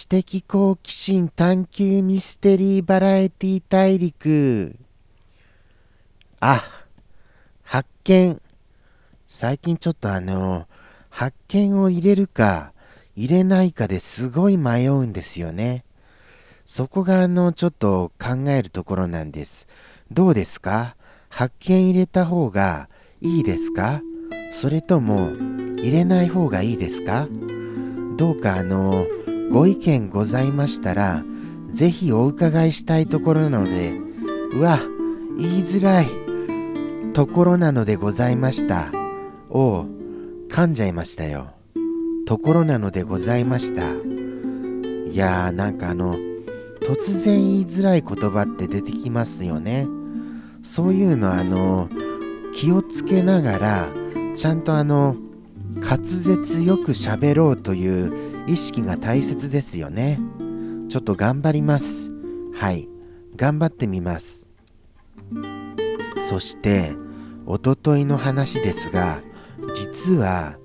知的好奇心探求ミステリーバラエティ大陸。あ、発見。最近ちょっと発見を入れるか入れないかですごい迷うんですよね。そこがちょっと考えるところなんです。どうですか？発見入れた方がいいですか？それとも入れない方がいいですか？どうかご意見ございましたら、ぜひお伺いしたいところなので、言いづらいところなのでございました。噛んじゃいましたよ。ところなのでございました。いやー、突然言いづらい言葉って出てきますよね。そういうの気をつけながら、ちゃんと滑舌よく喋ろうという意識が大切ですよね。ちょっと頑張ります。はい、頑張ってみます。そしておとといの話ですが、実は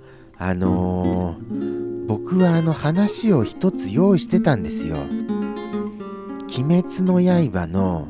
僕は話を一つ用意してたんですよ。鬼滅の刃の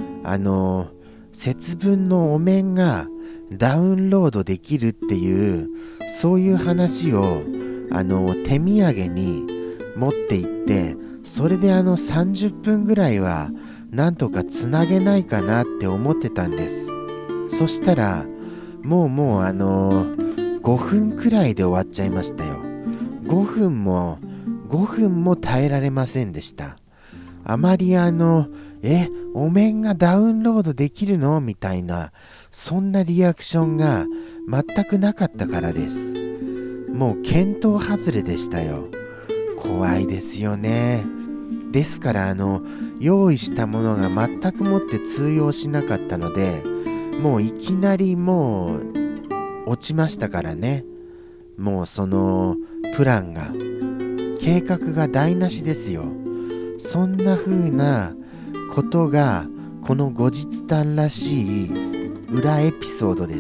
節分のお面がダウンロードできるっていう、そういう話を手土産に持って行って、それで30分ぐらいはなんとかつなげないかなって思ってたんです。そしたらもう5分くらいで終わっちゃいましたよ。5分も耐えられませんでした。あまりお面がダウンロードできるのみたいな、そんなリアクションが全くなかったからです。もう見当外れでしたよ。怖いですよね。ですから用意したものが全くもって通用しなかったので、もういきなりもう落ちましたからね。もうそのプランが、計画が台無しですよ。そんな風なことがこの後日談らしい裏エピソードです。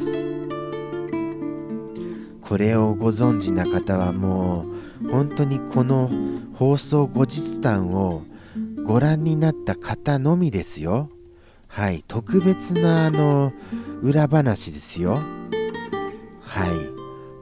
これをご存知な方はもう本当にこの放送後日談をご覧になった方のみですよ。はい、特別な裏話ですよ。はい、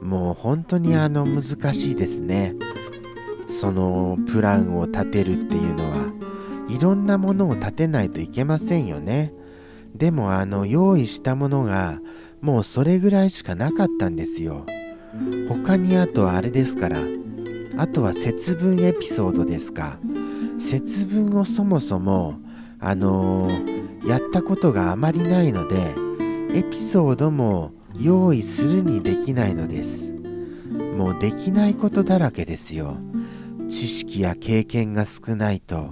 もう本当に難しいですね。そのプランを立てるっていうのはいろんなものを立てないといけませんよね。でも用意したものがもうそれぐらいしかなかったんですよ。他にあとはあれですから、あとは節分エピソードですか。節分をそもそもやったことがあまりないので、エピソードも用意するにできないのです。もうできないことだらけですよ。知識や経験が少ないと。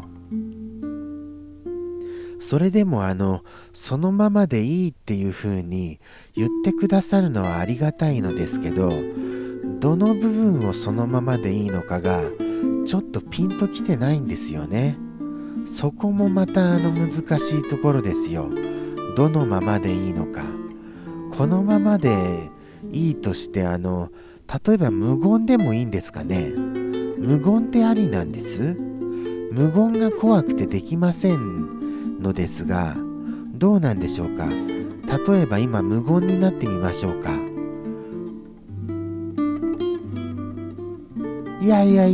それでもそのままでいいっていう風に言ってくださるのはありがたいのですけど、どの部分をそのままでいいのかがちょっとピンときてないんですよね。そこもまた難しいところですよ。どのままでいいのか。このままでいいとして例えば無言でもいいんですかね。無言ってありなんです。無言が怖くてできませんのですが、どうなんでしょうか。例えば今無言になってみましょうか。い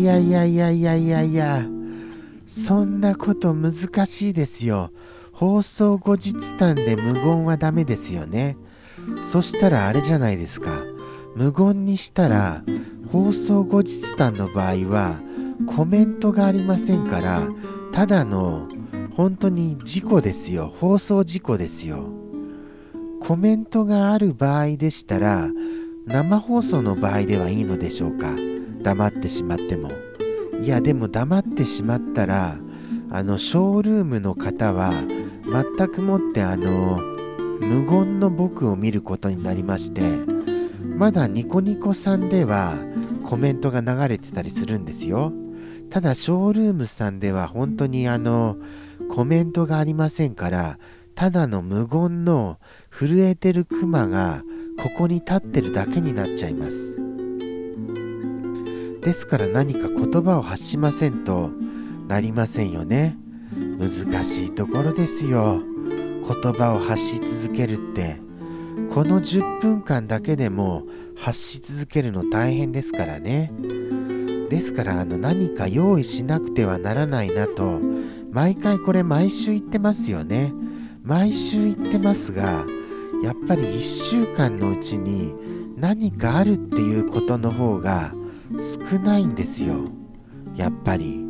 や、そんなこと難しいですよ。放送後日談で無言はダメですよね。そしたらあれじゃないですか。無言にしたら放送後日談の場合はコメントがありませんから、ただの本当に事故ですよ。放送事故ですよ。コメントがある場合でしたら、生放送の場合ではいいのでしょうか。黙ってしまっても。いやでも黙ってしまったらショールームの方は全くもって無言の僕を見ることになりまして、まだニコニコさんではコメントが流れてたりするんですよ。ただショールームさんでは本当にコメントがありませんから、ただの無言の震えてるクマがここに立ってるだけになっちゃいます。ですから何か言葉を発しませんとなりませんよね。難しいところですよ。言葉を発し続けるって。この10分間だけでも発し続けるの大変ですからね。ですから何か用意しなくてはならないなと、毎回これ毎週言ってますよね。毎週言ってますが、やっぱり1週間のうちに何かあるっていうことの方が少ないんですよ。やっぱり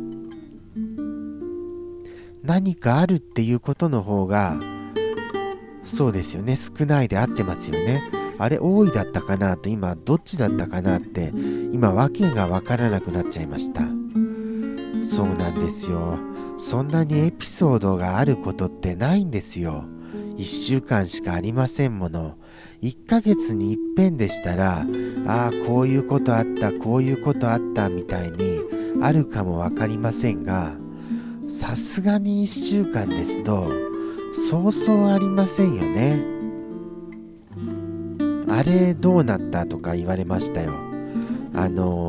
何かあるっていうことの方が、そうですよね、少ないで合ってますよね。あれ多いだったかなと、今どっちだったかなって今わけがわからなくなっちゃいました。そうなんですよ。そんなにエピソードがあることってないんですよ。1週間しかありませんもの。1ヶ月に一遍でしたら、ああこういうことあった、こういうことあったみたいにあるかもわかりませんが、さすがに1週間ですとそうそうありませんよね。あれどうなったとか言われましたよ。あ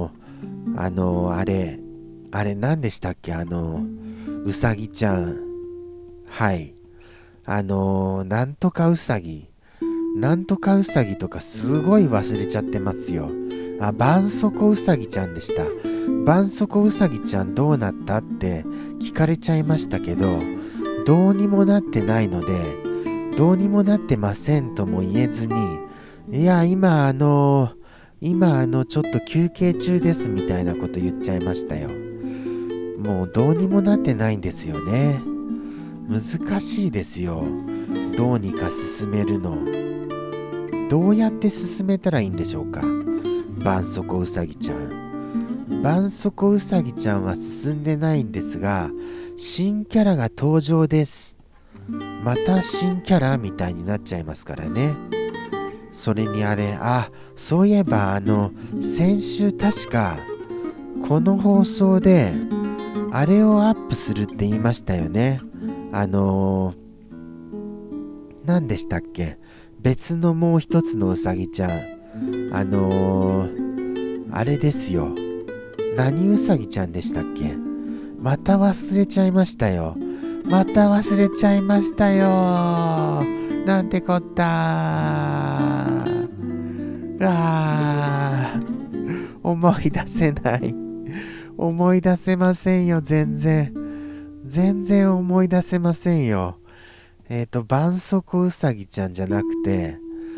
れ何でしたっけ、うさぎちゃん。はい。なんとかうさぎ。なんとかうさぎとかすごい忘れちゃってますよ。あ、ばんそこうさぎちゃんでした。ばんそこうさぎちゃんどうなったって聞かれちゃいましたけど、どうにもなってないので、どうにもなってませんとも言えずに、いや、今ちょっと休憩中ですみたいなこと言っちゃいましたよ。もうどうにもなってないんですよね。難しいですよ。どうにか進めるの。どうやって進めたらいいんでしょうか。ばんそこうさぎちゃん。ばんそこうさぎちゃんは進んでないんですが、新キャラが登場です。また新キャラみたいになっちゃいますからね。それにそういえば先週確かこの放送であれをアップするって言いましたよね。何でしたっけ、別のもう一つのうさぎちゃん、あれですよ、何うさぎちゃんでしたっけ。また忘れちゃいましたよ。なんてこった。思い出せない。思い出せませんよ。全然思い出せませんよ。ばんそこうさぎちゃんじゃなくて、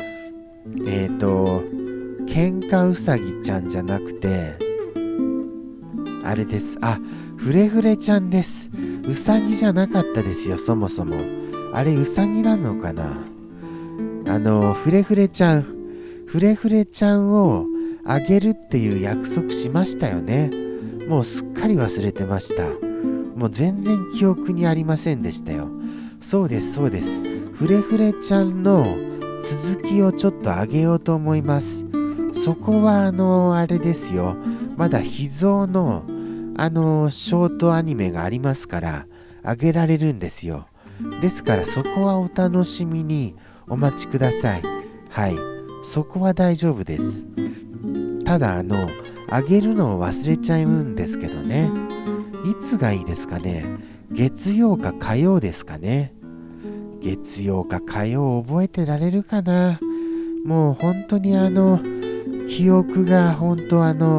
喧嘩うさぎちゃんじゃなくて、あれです。フレフレちゃんです。うさぎじゃなかったですよ、そもそも。あれうさぎなのかな。フレフレちゃんをあげるっていう約束しましたよね。もうすっかり忘れてました。もう全然記憶にありませんでしたよ。そうです。フレフレちゃんの続きをちょっとあげようと思います。そこはあれですよ。まだ秘蔵のショートアニメがありますからあげられるんですよ。ですからそこはお楽しみにお待ちください。はい、そこは大丈夫です。ただあげるのを忘れちゃうんですけどね。いつがいいですかね。月曜か火曜ですかね。月曜か火曜覚えてられるかな。もう本当に記憶が本当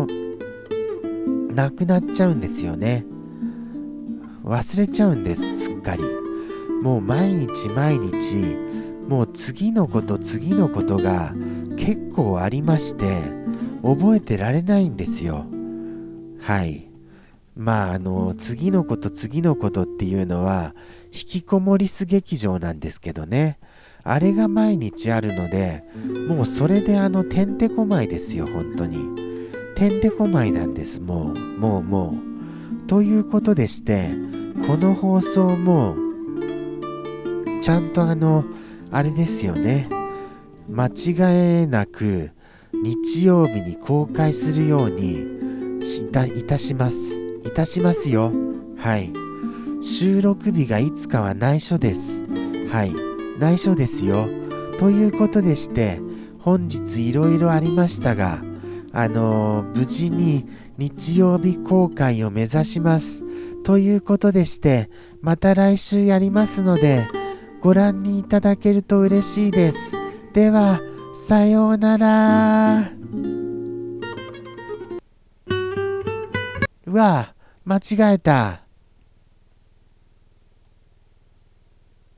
なくなっちゃうんですよね。忘れちゃうんです、すっかり。もう毎日もう次のことが結構ありまして、覚えてられないんですよ。はい。次のことっていうのは引きこもりす劇場なんですけどね。あれが毎日あるので、もうそれでてんてこまいですよ。本当にてんてこまいなんです。もうということでして、この放送もちゃんとあれですよね、間違いなく日曜日に公開するようにいたしますよ。はい。収録日がいつかは内緒です。はい、内緒ですよ。ということでして、本日いろいろありましたが、無事に日曜日公開を目指します。 ということでして、また来週やりますので、ご覧にいただけると嬉しいです。では、さようなら。うわ、間違えた。